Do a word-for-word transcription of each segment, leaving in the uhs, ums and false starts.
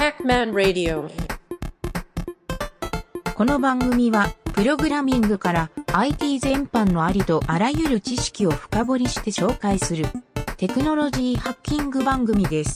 Hackman Radio。 この番組はプログラミングから アイティー 全般のありとあらゆる知識を深掘りして紹介するテクノロジーハッキング番組です。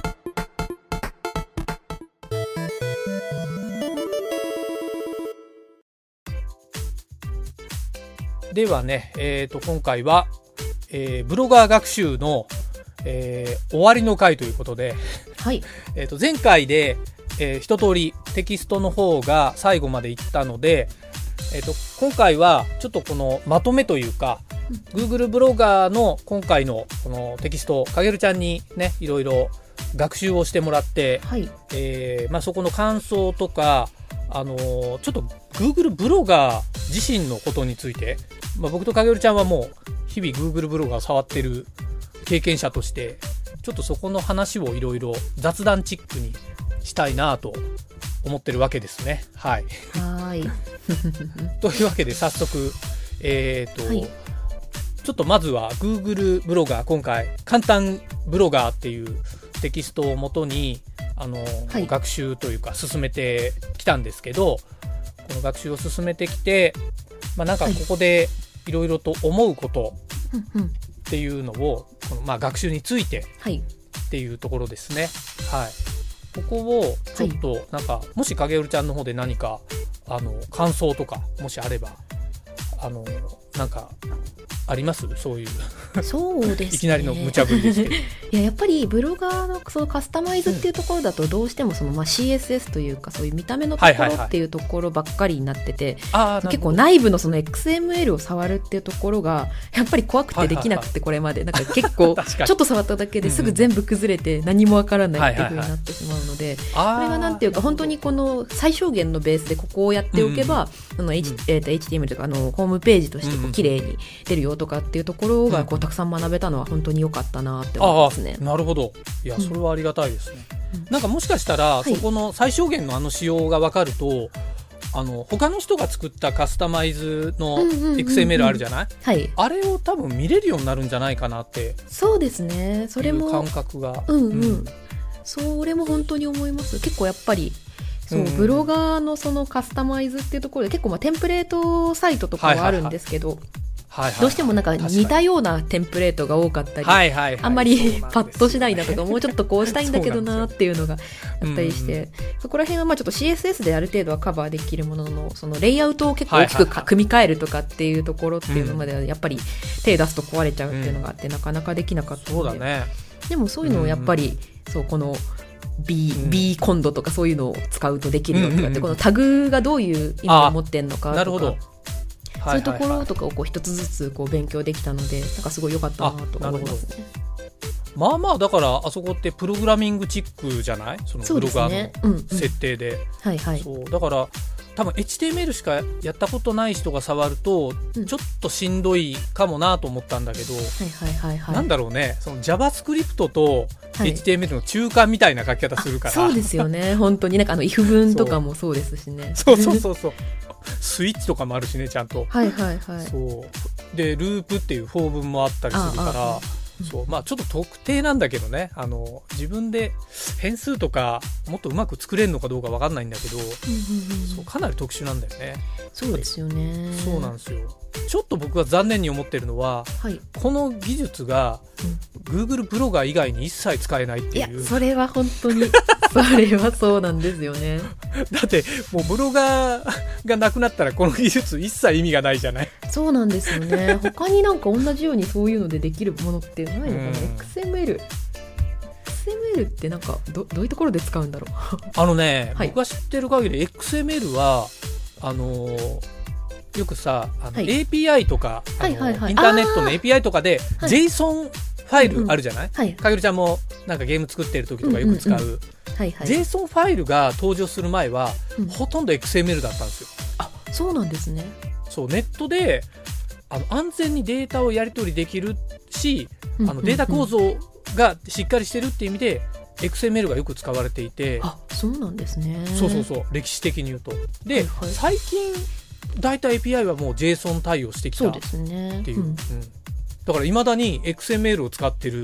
ではね、えー、と今回は、えー、ブロガー学習の、えー、終わりの回ということで、 はい、 えーと前回で、えー、一通りテキストの方が最後までいったので、えー、と今回はちょっとこのまとめというか、うん、Google ブロガーの今回のこのテキストをかげるちゃんにねいろいろ学習をしてもらって、 はいえーまあ、そこの感想とか、あのー、ちょっと Google ブロガー自身のことについて、まあ、僕とかげるちゃんはもう日々 Google ブロガーを触ってる経験者としてちょっとそこの話をいろいろ雑談チックにしたいなと思ってるわけですね。はい。 はい。 というわけで早速、えーと、 はい、 ちょっとまずは Google ブロガー、今回簡単ブロガーっていうテキストをもとにあの、はい、学習というか進めてきたんですけど、この学習を進めてきて、まあ、なんかここでいろいろと思うことっていうのを、このまあ学習についてっていうところですね。はい。ここをちょっとなんか、はい、もし影織ちゃんの方で何かあの感想とかもしあればあのなんかあります？そういうそうですねいきなりの無茶ぶりですけどいややっぱりブロガーのそのカスタマイズっていうところだとどうしてもそのまあ シーエスエス というかそういう見た目のところっていうところばっかりになってて、結構内部のその エックスエムエル を触るっていうところがやっぱり怖くてできなくて、これまでなんか結構ちょっと触っただけですぐ全部崩れて何もわからないっていう風になってしまうので、これがなんていうか本当にこの最小限のベースでここをやっておけば、あの H、えー、と エイチティーエムエル とかあのホームページとしてこう綺麗に出るよとかっていうところがこうたくさん学べたのは本当に良かったなって思いますね。 ああ、なるほど。いやそれはありがたいですね、うん、なんかもしかしたら、 はい、 そこの最小限のあの仕様が分かるとあの他の人が作ったカスタマイズの エックスエムエル あるじゃない、 はい、 あれを多分見れるようになるんじゃないかなってそうですね。それも感覚が、 うんうんうん、 それも本当に思います。結構やっぱりそう、うん、ブロガーのそのカスタマイズっていうところで結構まあテンプレートサイトとかはあるんですけど、はいはいはいはいはい、どうしてもなんか似たようなテンプレートが多かったり、はいはいはい、あんまりパッとしないなとかもうちょっとこうしたいんだけどなっていうのがあったりして、そ, そこら辺はまあちょっと シーエスエス である程度はカバーできるものの、そのレイアウトを結構大きく組み替えるとかっていうところっていうのまではやっぱり手出すと壊れちゃうっていうのがあってなかなかできなかったので、 そうだね、 でもそういうのをやっぱりそうこのB、うん、B コンドとかそういうのを使うとできるよとかって、うんうん、このタグがどういう意味を持ってんのかとか、なるほど、そういうところとかをこう一つずつこう勉強できたので、なんかすごい良かったなと思いますね。 まあまあだからあそこってプログラミングチックじゃない？そのブロガーの設定で、 はいはい、 そうだから多分 エイチティーエムエル しかやったことない人が触るとちょっとしんどいかもなと思ったんだけど、うんはいはいはいはい、なんだろうね、その JavaScript と エイチティーエムエル の中間みたいな書き方するから、 はい、そうですよね。本当になんかあの if 文とかもそうですしね。 そうそうそうそうスイッチとかもあるしね、ちゃんと、 はいはいはい、 そうでループっていうフォー文もあったりするから、ああそうまあ、ちょっと特定なんだけどね、あの自分で変数とかもっとうまく作れるのかどうか分かんないんだけど、うんうんうん、そうかなり特殊なんだよね。 そうですよね。 そうなんですよ。ちょっと僕が残念に思ってるのは、はい、この技術が、うん、Google ブロガー以外に一切使えないっていう。 いやそれは本当にそれはそうなんですよね。 だってもうブロガーがなくなったらこの技術一切意味がないじゃない。 そうなんですよね。他になんか同じようにそういうのでできるものってないのかな、うん、エックスエムエル エックスエムエル ってなんか ど, どういうところで使うんだろうあのね、 はい、 僕が知ってる限り エックスエムエル はあのーよくさあの、はい、エーピーアイ とか、はいはいはい、インターネットの エーピーアイ とかで ジェイソン ファイルあるじゃない、はい、かげるちゃんもなんかゲーム作ってる時とかよく使う、うんうんうんはいはい、ジェイソン ファイルが登場する前は、うん、ほとんど エックスエムエル だったんですよ。 あ、そうなんですね。 そうネットであの安全にデータをやり取りできるし、うんうんうん、あのデータ構造がしっかりしてるっていう意味で エックスエムエル がよく使われていて、 あ、そうなんですね。 そうそうそう歴史的に言うとで、はいはい、最近だいたい エーピーアイ はもう ジェイソン 対応してきたっていう、 そうですね、 うんうん、だからいまだに エックスエムエル を使ってる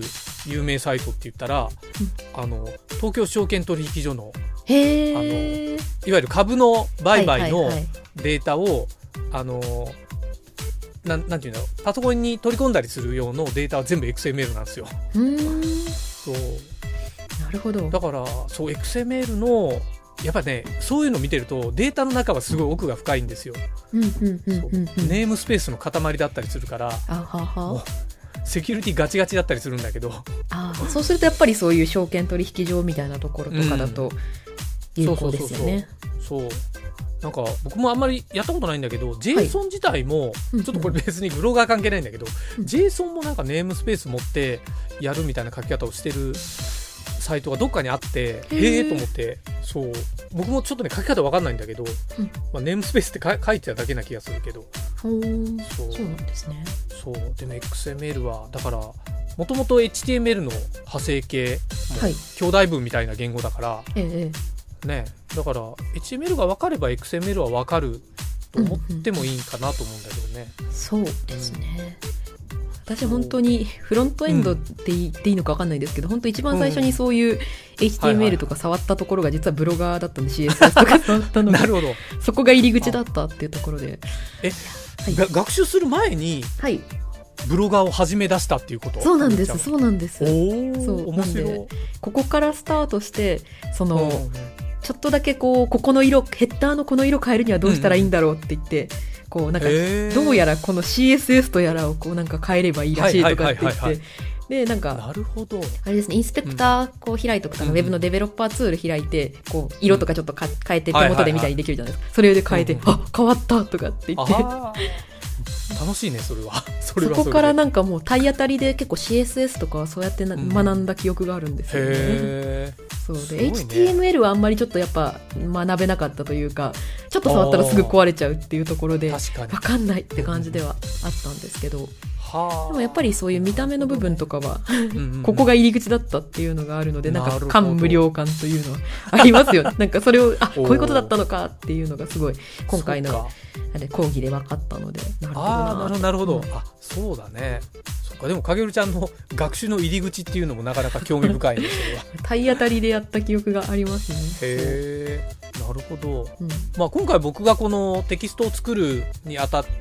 有名サイトって言ったら、うん、あの東京証券取引所のへあのいわゆる株の売買のデータを、はいはいはい、あのな, なんていうのパソコンに取り込んだりする用のデータは全部 エックスエムエル なんですよ。 うーんそうなるほど。 だからそう エックスエムエル のやっぱねそういうの見てるとデータの中はすごい奥が深いんですよ。 うんうんうんうんうん、 ネームスペースの塊だったりするからあははセキュリティガチガチだったりするんだけどあそうするとやっぱりそういう証券取引所みたいなところとかだと有効ですよね。 そうそうそうそうなんか僕もあんまりやったことないんだけど ジェイソン 自体も、はい、ちょっとこれ別にブロガー関係ないんだけど、うん、ジェイソン もなんかネームスペース持ってやるみたいな書き方をしてるサイトがどっかにあってへえと思ってそう僕もちょっとね書き方わかんないんだけど、うんまあ、ネームスペースってか書いてただけな気がするけどそうそうなんですね。 そうでも エックスエムエル はだからもともと エイチティーエムエル の派生系、はい、兄弟文みたいな言語だから、ええね、だから エイチティーエムエル が分かれば エックスエムエル は分かると思ってもいいかなと思うんだけどね、 うんうん、そうですね、うん、私本当にフロントエンドって言っていいのか分かんないですけど、うん、本当一番最初にそういう エイチティーエムエル とか触ったところが実はブロガーだったんで シーエスエス とか触ったのでなるほどそこが入り口だったっていうところでえ、はい、学習する前に、はいブロガーを始め出したっていうこと？ そうなんですそうなんです。 おーそう面白い。 ここからスタートしてその、うん、ちょっとだけこうここの色ヘッダーのこの色変えるにはどうしたらいいんだろうって言って、うん、こうなんかどうやらこの シーエスエス とやらをこうなんか変えればいいらしいとかって言ってでなんかなるほどあれですねインスペクターこう開いとくと、うん、ウェブのデベロッパーツール開いてこう色とかちょっとか変えて手元で見たりできるじゃないですか。それで変えて、うん、あ変わったとかって言って楽しいねそれはそれはそれでそこからなんかもう体当たりで結構 シーエスエス とかはそうやってな、うん、学んだ記憶があるんですよね。 へそうで、ね、エイチティーエムエル はあんまりちょっとやっぱ学べなかったというかちょっと触ったらすぐ壊れちゃうっていうところで分かんないって感じではあったんですけど、でもやっぱりそういう見た目の部分とかはここが入り口だったっていうのがあるのでなんか感無量感というのはありますよねなんかそれをあこういうことだったのかっていうのがすごい今回のあれ講義で分かったのでなるほどなあなるほどなるほど、うん、あそうだねそっかでも影るちゃんの学習の入り口っていうのもなかなか興味深いんですよ体当たりでやった記憶がありますね。 へーなるほど、うんまあ、今回僕がこのテキストを作るにあたって、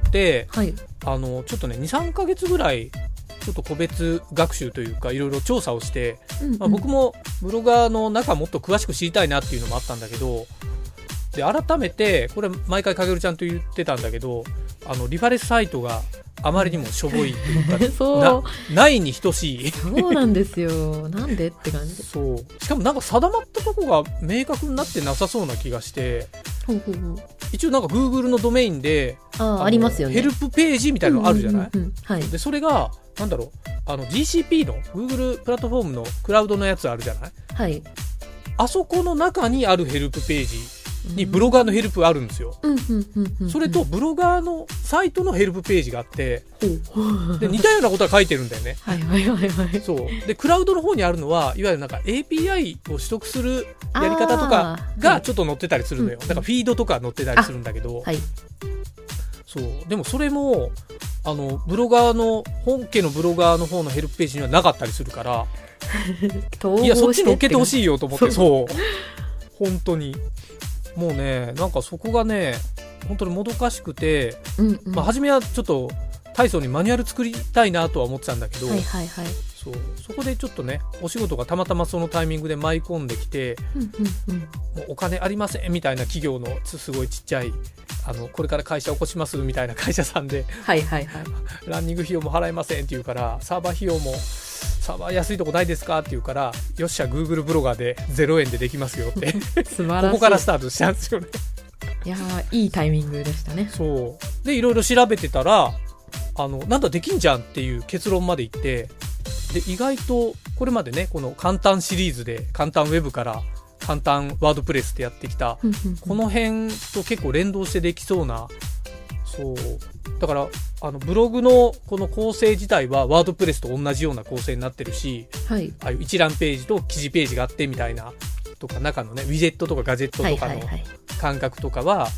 はい、あのちょっとね にさんかげつぐらいちょっと個別学習というかいろいろ調査をして、うんうんまあ、僕もブロガーの中もっと詳しく知りたいなっていうのもあったんだけどで改めてこれ毎回かげるちゃんと言ってたんだけどあのリファレンスサイトがあまりにもしょぼいというかそうなないに等しいそうなんですよなんでって感じでそうしかもなんか定まったとこが明確になってなさそうな気がしてほうほうほう一応なんか Google のドメインでああ、ありますよねヘルプページみたいなのあるじゃない、 うんうんうんはい、 でそれがなんだろうあの ジーシーピー の Google プラットフォームのクラウドのやつあるじゃない、はい、あそこの中にあるヘルプページにブロガーのヘルプあるんですよ、うんうんうんうん、それとブロガーのサイトのヘルプページがあってで似たようなことが書いてるんだよねはいはいはいはいそうでクラウドの方にあるのはいわゆるなんか エーピーアイ を取得するやり方とかがちょっと載ってたりするのよ、はい、だからフィードとか載ってたりするんだけど、はい、そうでもそれもあのブロガーの本家のブロガーの方のヘルプページにはなかったりするからいやそっち乗っけてほしいよと思ってそう本当にもうねなんかそこがね本当にもどかしくて、うんうんまあ、初めはちょっと大層にマニュアル作りたいなとは思ってたんだけど、はいはいはい、そうそこでちょっとねお仕事がたまたまそのタイミングで舞い込んできて、うんうんうん、もうお金ありませんみたいな企業のすごいちっちゃいあのこれから会社起こしますみたいな会社さんで、はいはいはい、ランニング費用も払えませんって言うからサーバー費用もサーバー安いとこないですかって言うからよっしゃ Google ブロガーでゼロえんでできますよって素晴らしいここからスタートしたんですよねいやいいタイミングでしたね。 そうでいろいろ調べてたらあのなんだできんじゃんっていう結論までいってで意外とこれまでねこの簡単シリーズで簡単ウェブから簡単ワードプレスってやってきたこの辺と結構連動してできそうなそうだからあのブログのこの構成自体はワードプレスと同じような構成になってるし、はい、ああいう一覧ページと記事ページがあってみたいなとか中のねウィジェットとかガジェットとかの感覚とかは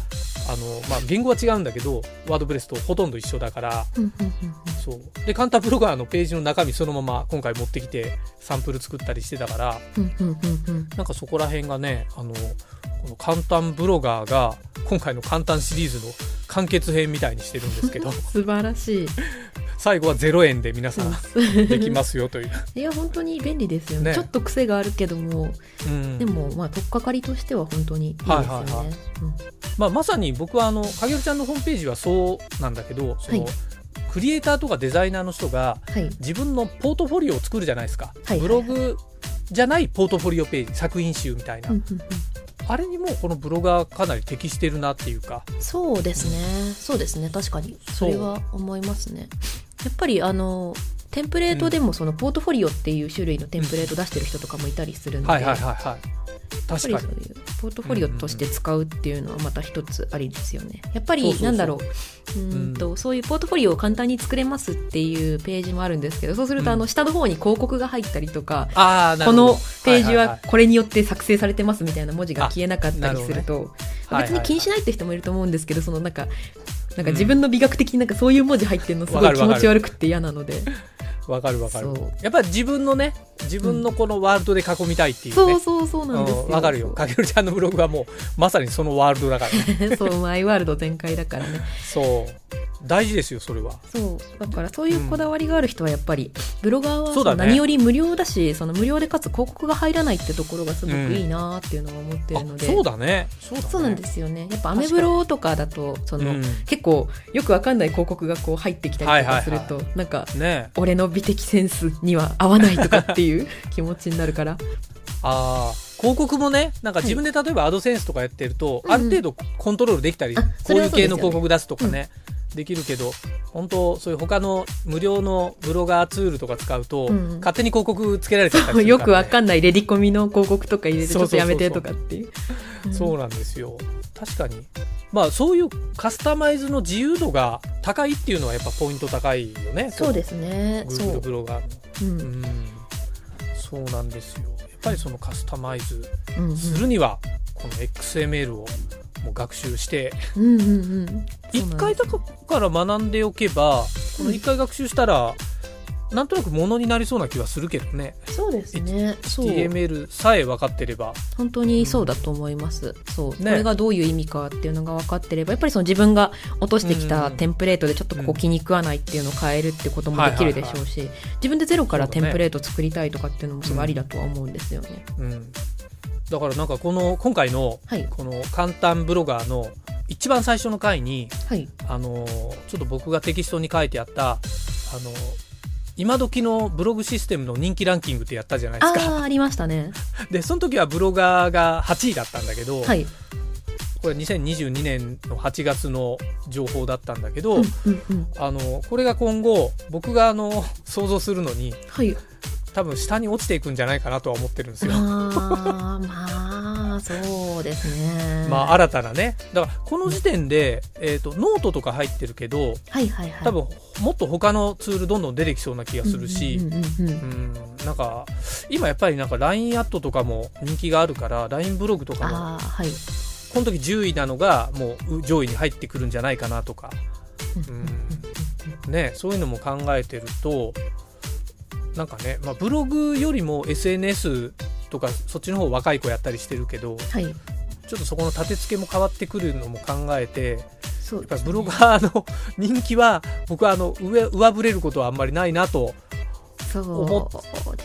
あの、まあ、言語は違うんだけどワードプレスとほとんど一緒だから、そうで簡単ブロガーのページの中身そのまま今回持ってきてサンプル作ったりしてたから、なんかそこら辺がね、あのこの簡単ブロガーが今回の簡単シリーズの完結編みたいにしてるんですけど素晴らしい。 最後はゼロえんで皆さんできますよといういや本当に便利ですよ ね, ねちょっと癖があるけども、うん、でもまあ取っかかりとしては本当にいいですよね、はいはいはい、うん、 まあ、まさに僕はあのかげるちゃんのホームページはそうなんだけど、その、はい、クリエイターとかデザイナーの人が自分のポートフォリオを作るじゃないですか、はい、ブログじゃないポートフォリオページ、作品集みたいな、あれにもこのブロガーかなり適してるなっていうか。 そうですね、そうですね、確かにそれは思いますね。やっぱりあのテンプレートでもそのポートフォリオっていう種類のテンプレート出してる人とかもいたりするので、やっぱりそういうポートフォリオとして使うっていうのはまた一つありですよね。やっぱりなんだろう、うんとそういうポートフォリオを簡単に作れますっていうページもあるんですけど、そうするとあの下の方に広告が入ったりとか、うん、このページはこれによって作成されてますみたいな文字が消えなかったりすると、別に気にしないって人もいると思うんですけど、そのなんかなんか自分の美学的になんかそういう文字入ってるのすごい気持ち悪くて嫌なので。 わかるわかる。やっぱり自分のね、自分のこのワールドで囲みたいっていうね、 うん、そうそうそうなんですよ。 わかるよ。かげるちゃんのブログはもうまさにそのワールドだからねそう、マイワールド全開だからね。 そう大事ですよ、それは。 そうだからそういうこだわりがある人はやっぱり、うん、ブロガーはその何より無料だし、その無料でかつ広告が入らないってところがすごくいいなっていうのを思ってるので、 うん、そうだね、そうだね、 そうなんですよね。やっぱアメブロとかだとその、うん、結構よくわかんない広告がこう入ってきたりとかすると、はいはいはい、なんか、ね、俺の美的センスには合わないとかっていう気持ちになるからあ広告もね、なんか自分で例えばアドセンスとかやってると、はい、ある程度コントロールできたり、うん、こういう系の広告出すとかね、うん、できるけど、本当そういう他の無料のブロガーツールとか使うと、うん、勝手に広告つけられちゃったりするから、ね、 よくわかんないレディコミの広告とか入れてちょっとやめてとかっていう。 そうなんですよ。確かにまあそういうカスタマイズの自由度が高いっていうのはやっぱポイント高いよね。 そうですね。 Google ブロガーの、うんうん、そうなんですよ。やっぱりそのカスタマイズするにはこの エックスエムエル をもう学習していっかいだから学んでおけば、このいっかい学習したらなんとなくものになりそうな気はするけどね。 そうですね。 エイチティーエムエル さえ分かってれば本当にそうだと思います、うん、そう、ね、これがどういう意味かっていうのが分かってれば、やっぱりその自分が落としてきたテンプレートでちょっとここ気に食わないっていうのを変えるってこともできるでしょうし、自分でゼロからテンプレート作りたいとかっていうのもすごいありだとは思うんですよね、うんうん、 だからなんかこの今回のこの簡単ブロガーの一番最初の回に、はい、あのちょっと僕がテキストに書いてあったあの今時のブログシステムの人気ランキングってやったじゃないですか。 あ, ありましたね。 でその時はブロガーがはちいだったんだけど、はい、これにせんにじゅうにねんのはちがつの情報だったんだけど、うんうんうん、あのこれが今後僕があの想像するのに、はい、多分下に落ちていくんじゃないかなとは思ってるんですよ。 あまあそうですね。 まあ新たなね、だからこの時点で、えーと、ノートとか入ってるけど、はいはいはい、多分もっと他のツールどんどん出てきそうな気がするし、なんか今やっぱりなんか ライン アットとかも人気があるから ライン ブログとかも、はい、この時じゅういなのがもう上位に入ってくるんじゃないかなとか、うんね、そういうのも考えてるとなんかね、まあ、ブログよりも エスエヌエス とかそっちの方若い子やったりしてるけど、はい、ちょっとそこの立て付けも変わってくるのも考えて、そうですね、やっぱりブロガーの人気は僕はあの 上, 上振れることはあんまりないなと思って、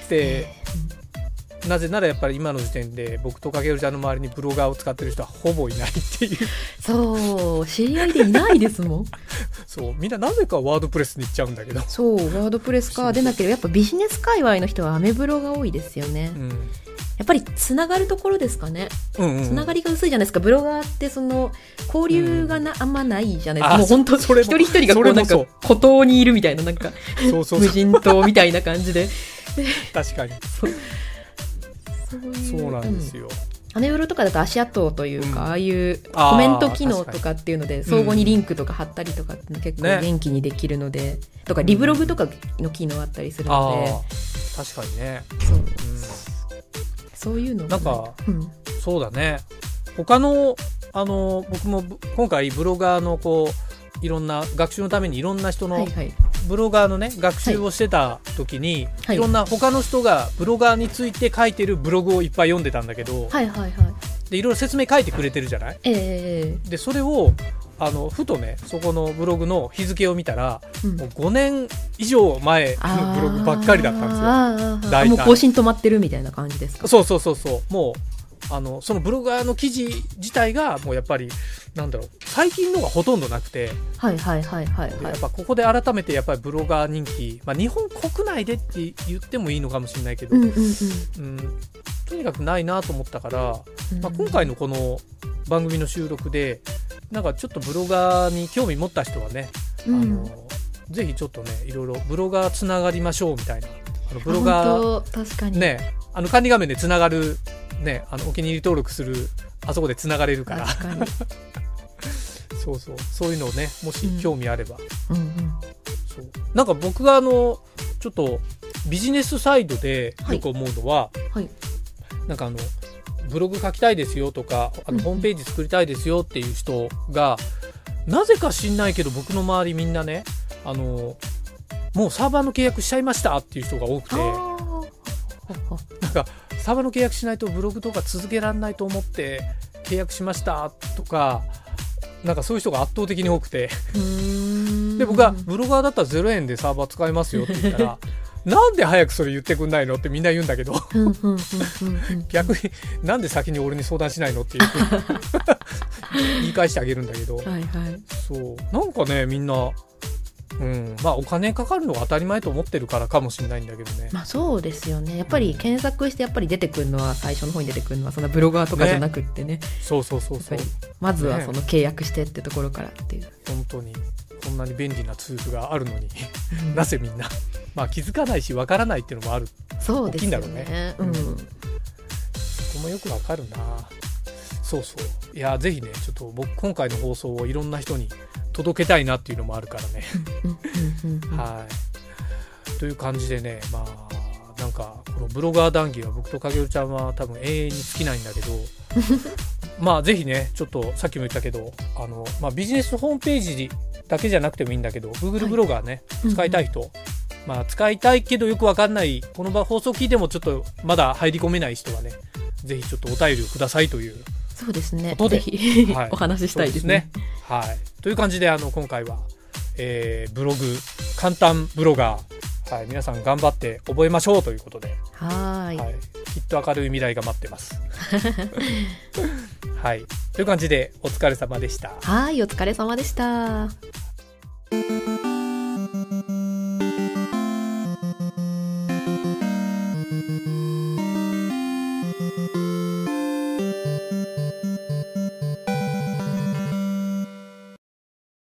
ね、なぜならやっぱり今の時点で僕とかげるちゃんの周りにブロガーを使ってる人はほぼいないっていう。 そう知り合いでいないですもんそうみんななぜかワードプレスに行っちゃうんだけど、 そうワードプレスかでなければやっぱビジネス界隈の人はアメブロが多いですよね、うん、やっぱりつながるところですかね、うんうん、つながりが薄いじゃないですか。ブロガーってその交流がな、うん、あんまないじゃないですか。もう本当一人一人がこうなんか孤島にいるみたいな、なんかそうそうそう無人島みたいな感じで確かにそうそうなんですよ、 うん、アメブロとかだと足跡というか、うん、ああいうコメント機能とかっていうので相互にリンクとか貼ったりとかって結構元気にできるので、ね、とかリブログとかの機能あったりするので、うん、 確かにねそう、うん、そういうのなんか、うん、そうだね他のあの僕も今回ブロガーのこういろんな学習のためにいろんな人のブロガーのね学習をしてた時に、はい、いろんな他の人がブロガーについて書いてるブログをいっぱい読んでたんだけど、 はいはいはい、 でいろいろ説明書いてくれてるじゃない、 えー、 でそれをあのふとねそこのブログの日付を見たら、うん、もうごねん以上前のブログばっかりだったんですよ。 大体もう更新止まってるみたいな感じですか。 そうそうそうそう、もうあのそのブロガーの記事自体がもうやっぱりなんだろう最近のがほとんどなくて、 はいはいはいはい、はい、 やっぱここで改めてやっぱりブロガー人気、まあ、日本国内でって言ってもいいのかもしれないけど、うんうんうんうん、とにかくないなと思ったから、まあ、今回のこの番組の収録でなんかちょっとブロガーに興味持った人はね、うん、あのぜひちょっとねいろいろブロガーつながりましょうみたいな、あのブロガー確かにね、あの管理画面でつながるね、あのお気に入り登録するあそこでつながれるから確かにそうそう、そういうのをねもし興味あれば、 うんうんうん、 そうなんか僕があのちょっとビジネスサイドでよく思うのは、はいはい、なんかあのブログ書きたいですよとかあのホームページ作りたいですよっていう人が、うん、なぜか知んないけど僕の周りみんなねあのもうサーバーの契約しちゃいましたっていう人が多くて、なんかサーバーの契約しないとブログとか続けられないと思って契約しましたとか、なんかそういう人が圧倒的に多くてで僕はブロガーだったらゼロえんでサーバー使えますよって言ったらなんで早くそれ言ってくんないのってみんな言うんだけど逆になんで先に俺に相談しないのっていう言い返してあげるんだけど、はいはい、そうなんかねみんな、うん、まあお金かかるのが当たり前と思ってるからかもしれないんだけどね。 まあそうですよね。やっぱり検索してやっぱり出てくるのは最初の方に出てくるのはそんなブロガーとかじゃなくってね。 ね、そうそうそうそう。 まずはその契約してってところからっていう。ね、 本当にこんなに便利なツールがあるのに、うん、なぜみんなまあ気づかないしわからないっていうのもある。 そうですよね。 大きいんだろうね。うん。そこもよくわかるな。そうそう。いやぜひねちょっと僕今回の放送をいろんな人に届けたいなっていうのもあるからねはいという感じでね、まあなんかこのブロガー談義は僕と影尾ちゃんは多分永遠に尽きないんだけどまあぜひねちょっとさっきも言ったけどあの、まあ、ビジネスホームページだけじゃなくてもいいんだけど Google ブロガーね、はい、使いたい人、うんうんまあ、使いたいけどよくわかんないこの放送聞いてもちょっとまだ入り込めない人はねぜひちょっとお便りをくださいというそうですね。ぜひ、はい、お話ししたいですね。 そうですね。はい。という感じであの今回は、えー、ブログ簡単ブロガー、はい、皆さん頑張って覚えましょうということで、 はい、はい、 きっと明るい未来が待ってます。はい。という感じでお疲れ様でした。 はい、お疲れ様でした。